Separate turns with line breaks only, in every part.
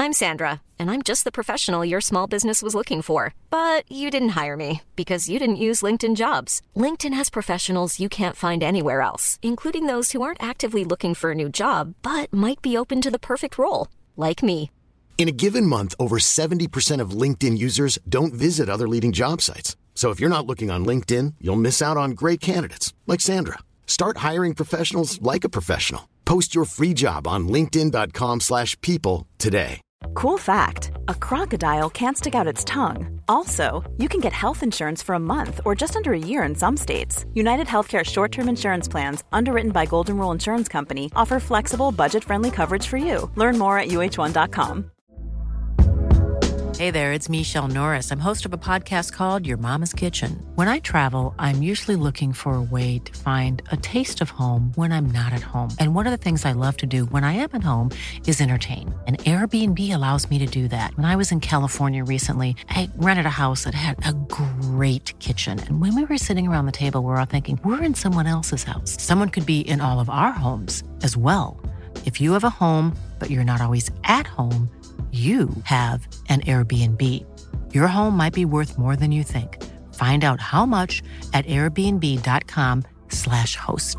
I'm Sandra, and I'm just the professional your small business was looking for. But you didn't hire me because you didn't use LinkedIn Jobs. LinkedIn has professionals you can't find anywhere else, including those who aren't actively looking for a new job, but might be open to the perfect role, like me.
In a given month, over 70% of LinkedIn users don't visit other leading job sites. So if you're not looking on LinkedIn, you'll miss out on great candidates like Sandra. Start hiring professionals like a professional. Post your free job on linkedin.com/people today.
Cool fact, a crocodile can't stick out its tongue. Also, you can get health insurance for a month or just under a year in some states. United Healthcare short-term insurance plans, underwritten by Golden Rule Insurance Company, offer flexible, budget-friendly coverage for you. Learn more at uh1.com.
Hey there, it's Michelle Norris. I'm host of a podcast called Your Mama's Kitchen. When I travel, I'm usually looking for a way to find a taste of home when I'm not at home. And one of the things I love to do when I am at home is entertain. And Airbnb allows me to do that. When I was in California recently, I rented a house that had a great kitchen. And when we were sitting around the table, we were all thinking, we're in someone else's house. Someone could be in all of our homes as well. If you have a home, but you're not always at home, you have an Airbnb. Your home might be worth more than you think. Find out how much at airbnb.com/host.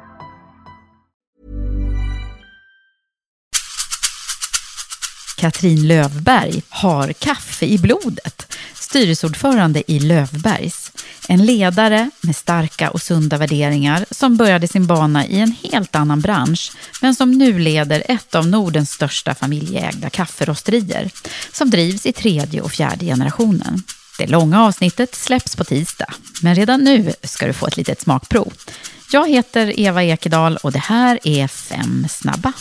Katrin Löfberg har kaffe i blodet. Styrelseordförande i Löfbergs. En ledare med starka och sunda värderingar som började sin bana i en helt annan bransch men som nu leder ett av Nordens största familjeägda kafferosterier som drivs i 3:e och 4:e generationen. Det långa avsnittet släpps på tisdag, men redan nu ska du få ett litet smakprov. Jag heter Eva Ekedal och det här är 5 snabba.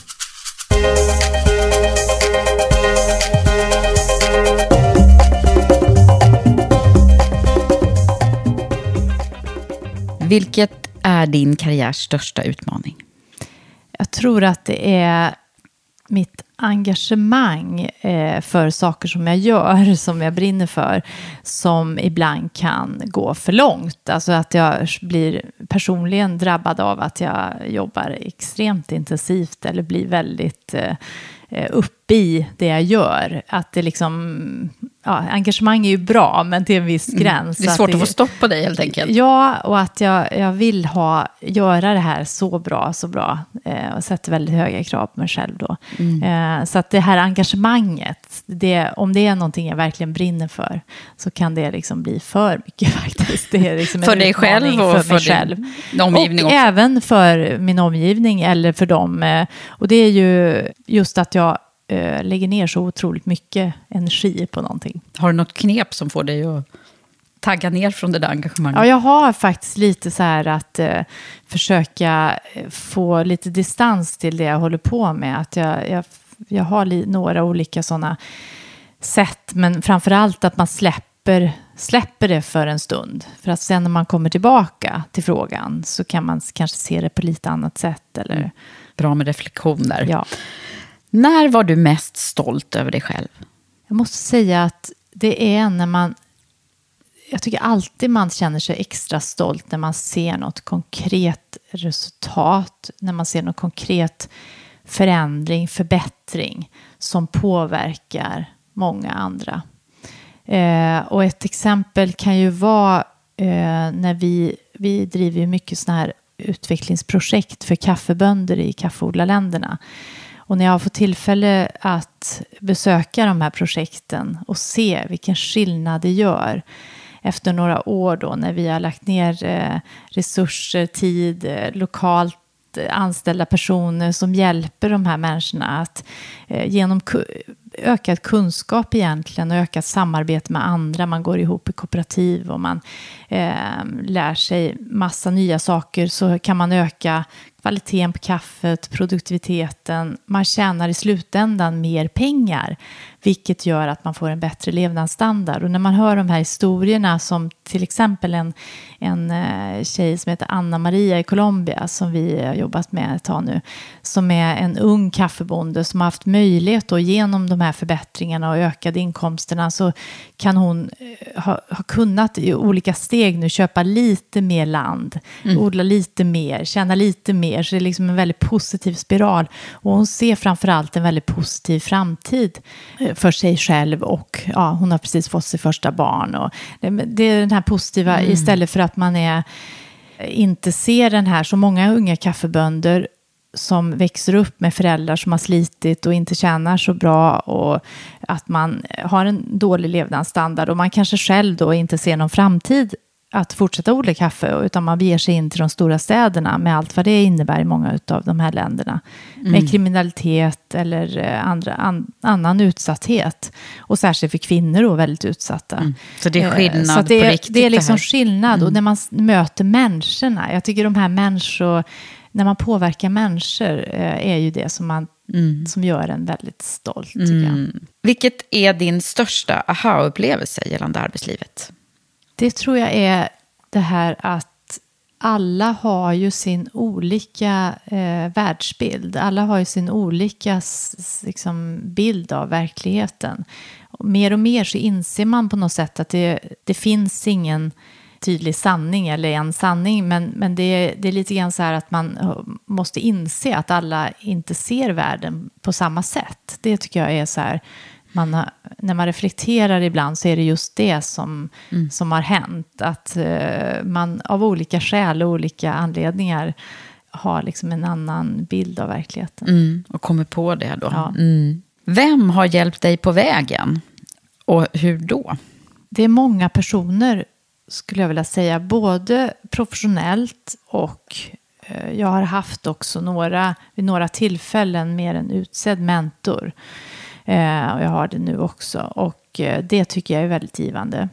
Vilket är din karriärs största utmaning?
Jag tror att det är mitt engagemang för saker som jag gör, som jag brinner för, som ibland kan gå för långt. Alltså att jag blir personligen drabbad av att jag jobbar extremt intensivt eller blir väldigt uppe i det jag gör. Att det liksom, ja, engagemang är ju bra, men till en viss gräns.
Det är svårt att få stopp på dig helt enkelt.
Ja, och att jag vill göra det här så bra. Och sätter väldigt höga krav på mig själv då. Så att det här engagemanget, om det är någonting jag verkligen brinner för, så kan det liksom bli för mycket faktiskt. Det är liksom
för dig själv och för din omgivning
och
också.
Även för min omgivning eller för dem. Och det är ju just att jag lägger ner så otroligt mycket energi på någonting.
Har du något knep som får dig att tagga ner från det där engagemanget?
Ja, jag har faktiskt lite så här att försöka få lite distans till det jag håller på med. Att jag har några olika sådana sätt, men framförallt att man släpper det för en stund. För att sen när man kommer tillbaka till frågan så kan man kanske se det på lite annat sätt. Eller...
Bra med reflektion där.
Ja.
När var du mest stolt över dig själv?
Jag måste säga att det är när jag tycker alltid man känner sig extra stolt när man ser något konkret resultat, när man ser något konkret förändring, förbättring som påverkar många andra. Och ett exempel kan ju vara när vi driver ju mycket såna här utvecklingsprojekt för kaffebönder i kaffeodlarländerna. Och när jag har fått tillfälle att besöka de här projekten och se vilken skillnad det gör efter några år då, när vi har lagt ner resurser, tid, lokalt anställda personer som hjälper de här människorna att genom ökad kunskap egentligen och ökat samarbete med andra. Man går ihop i kooperativ och man lär sig massa nya saker, så kan man öka kvaliteten på kaffet, produktiviteten. Man tjänar i slutändan mer pengar, vilket gör att man får en bättre levnadsstandard. Och när man hör de här historierna, som till exempel en tjej som heter Anna Maria i Colombia, som vi har jobbat med ett tag nu, som är en ung kaffebonde som har haft möjlighet och genom de här förbättringarna och ökade inkomsterna, så kan hon ha kunnat i olika steg nu köpa lite mer land, odla lite mer, tjäna lite mer ner. Så det är liksom en väldigt positiv spiral. Och hon ser framförallt en väldigt positiv framtid för sig själv. Och hon har precis fått sitt första barn. Och det är den här positiva, istället för att man inte ser den här, så många unga kaffebönder som växer upp med föräldrar som har slitit och inte tjänar så bra, och att man har en dålig levnadsstandard och man kanske själv då inte ser någon framtid att fortsätta odla kaffe, utan man beger sig in till de stora städerna med allt vad det innebär i många av de här länderna. Med kriminalitet eller annan utsatthet. Och särskilt för kvinnor då, väldigt utsatta.
Så det är skillnad
så det,
på riktigt.
Det är liksom skillnad. Och när man möter människorna, jag tycker de här när man påverkar människor är ju det som gör en väldigt stolt, tycker jag.
Vilket är din största aha-upplevelse gällande arbetslivet?
Det tror jag är det här att alla har ju sin olika världsbild. Alla har ju sin olika bild av verkligheten. Och mer så inser man på något sätt att det finns ingen tydlig sanning eller en sanning. Men det är lite grann så här att man måste inse att alla inte ser världen på samma sätt. Det tycker jag är så här... när man reflekterar ibland så är det just det som har hänt. Att man av olika skäl och olika anledningar har liksom en annan bild av verkligheten.
Och kommer på det då.
Ja.
Vem har hjälpt dig på vägen? Och hur då?
Det är många personer, skulle jag vilja säga. Både professionellt och jag har haft också vid några tillfällen mer en utsedd mentor. Och jag har det nu också. Och det tycker jag är väldigt givande.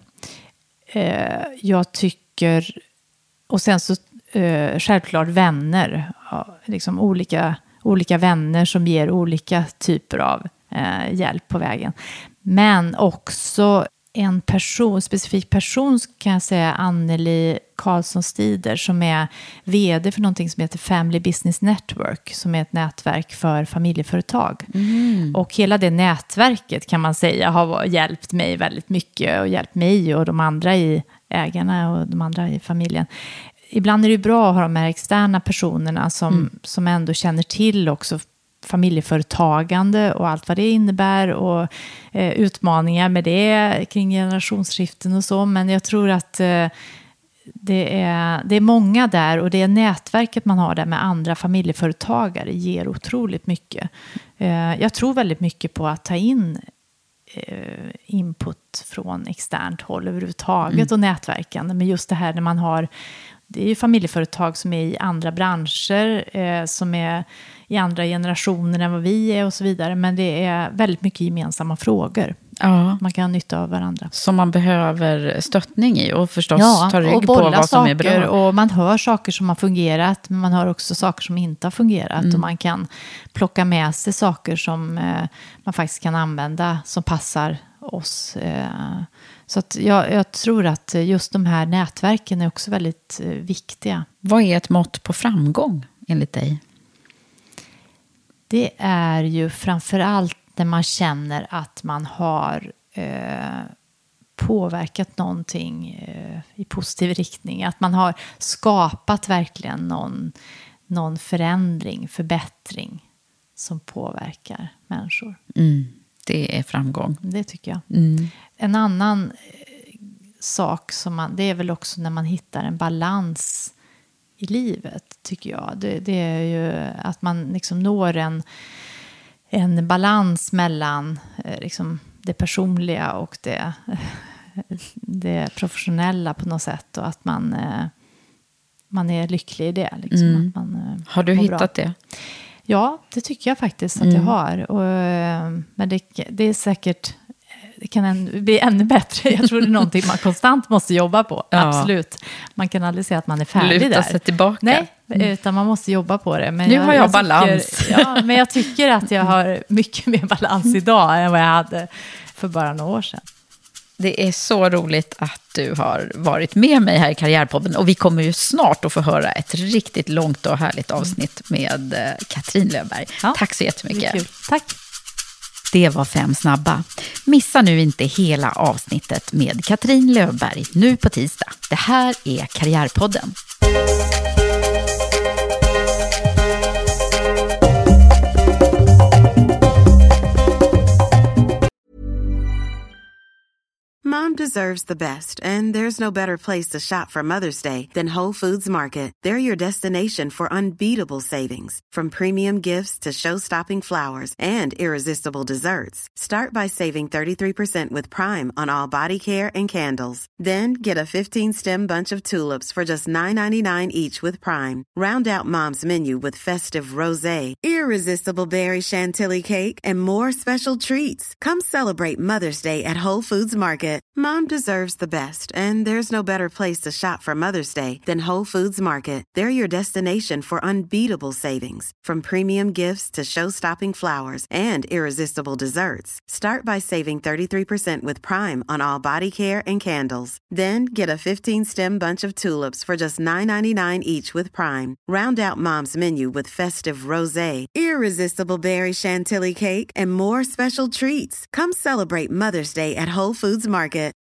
Jag tycker... Och sen så självklart vänner. Liksom olika vänner som ger olika typer av hjälp på vägen. Men också en specifik person, kan jag säga, Anneli Karlsson Stider, som är vd för någonting som heter Family Business Network, som är ett nätverk för familjeföretag. Och hela det nätverket, kan man säga, har hjälpt mig väldigt mycket, och hjälpt mig och de andra i ägarna och de andra i familjen. Ibland är det bra att ha de här externa personerna som ändå känner till också familjeföretagande och allt vad det innebär, och utmaningar med det kring generationsskiften och så. Men jag tror att det är många där, och det är nätverket man har där med andra familjeföretagare ger otroligt mycket. Jag tror väldigt mycket på att ta in input från externt håll överhuvudtaget och nätverkande. Men just det här när man har, det är ju familjeföretag som är i andra branscher, som är i andra generationer än vad vi är och så vidare. Men det är väldigt mycket gemensamma frågor. Ja. Man kan ha nytta av varandra.
Som man behöver stöttning i, och förstås ta rygg på vad som är bra.
Och man hör saker som har fungerat, men man hör också saker som inte har fungerat. Och man kan plocka med sig saker som man faktiskt kan använda, som passar oss. Så att jag tror att just de här nätverken är också väldigt viktiga.
Vad är ett mått på framgång enligt dig?
Det är ju framförallt när man känner att man har påverkat någonting i positiv riktning. Att man har skapat verkligen någon förändring, förbättring som påverkar människor.
Det är framgång.
Det tycker jag. En annan sak det är väl också när man hittar en balans i livet, tycker jag. Det är ju att man liksom når en balans mellan liksom det personliga och det professionella på något sätt, och att man är lycklig i det. Liksom, att man
har du hittat det?
Ja, det tycker jag faktiskt att jag har. Men det är säkert... Det kan bli ännu bättre. Jag tror det är någonting man konstant måste jobba på. Ja. Absolut. Man kan aldrig säga att man är färdig där.
Luta sig tillbaka.
Nej, utan man måste jobba på det. Men
nu har jag balans.
Men jag tycker att jag har mycket mer balans idag än vad jag hade för bara några år sedan.
Det är så roligt att du har varit med mig här i Karriärpodden. Och vi kommer ju snart att få höra ett riktigt långt och härligt avsnitt med Katrin Löfberg. Ja. Tack så jättemycket.
Kul. Tack.
Det var 5 snabba. Missa nu inte hela avsnittet med Katrin Löfberg nu på tisdag. Det här är Karriärpodden.
deserves the best, and there's no better place to shop for Mother's Day than Whole Foods Market. They're your destination for unbeatable savings, from premium gifts to show-stopping flowers and irresistible desserts. Start by saving 33% with Prime on all body care and candles. Then get a 15-stem bunch of tulips for just $9.99 each with Prime. Round out Mom's menu with festive rosé, irresistible berry chantilly cake, and more special treats. Come celebrate Mother's Day at Whole Foods Market. Mom deserves the best, and there's no better place to shop for Mother's Day than Whole Foods Market. They're your destination for unbeatable savings, from premium gifts to show-stopping flowers and irresistible desserts. Start by saving 33% with Prime on all body care and candles. Then get a 15-stem bunch of tulips for just $9.99 each with Prime. Round out Mom's menu with festive rosé, irresistible berry chantilly cake, and more special treats. Come celebrate Mother's Day at Whole Foods Market.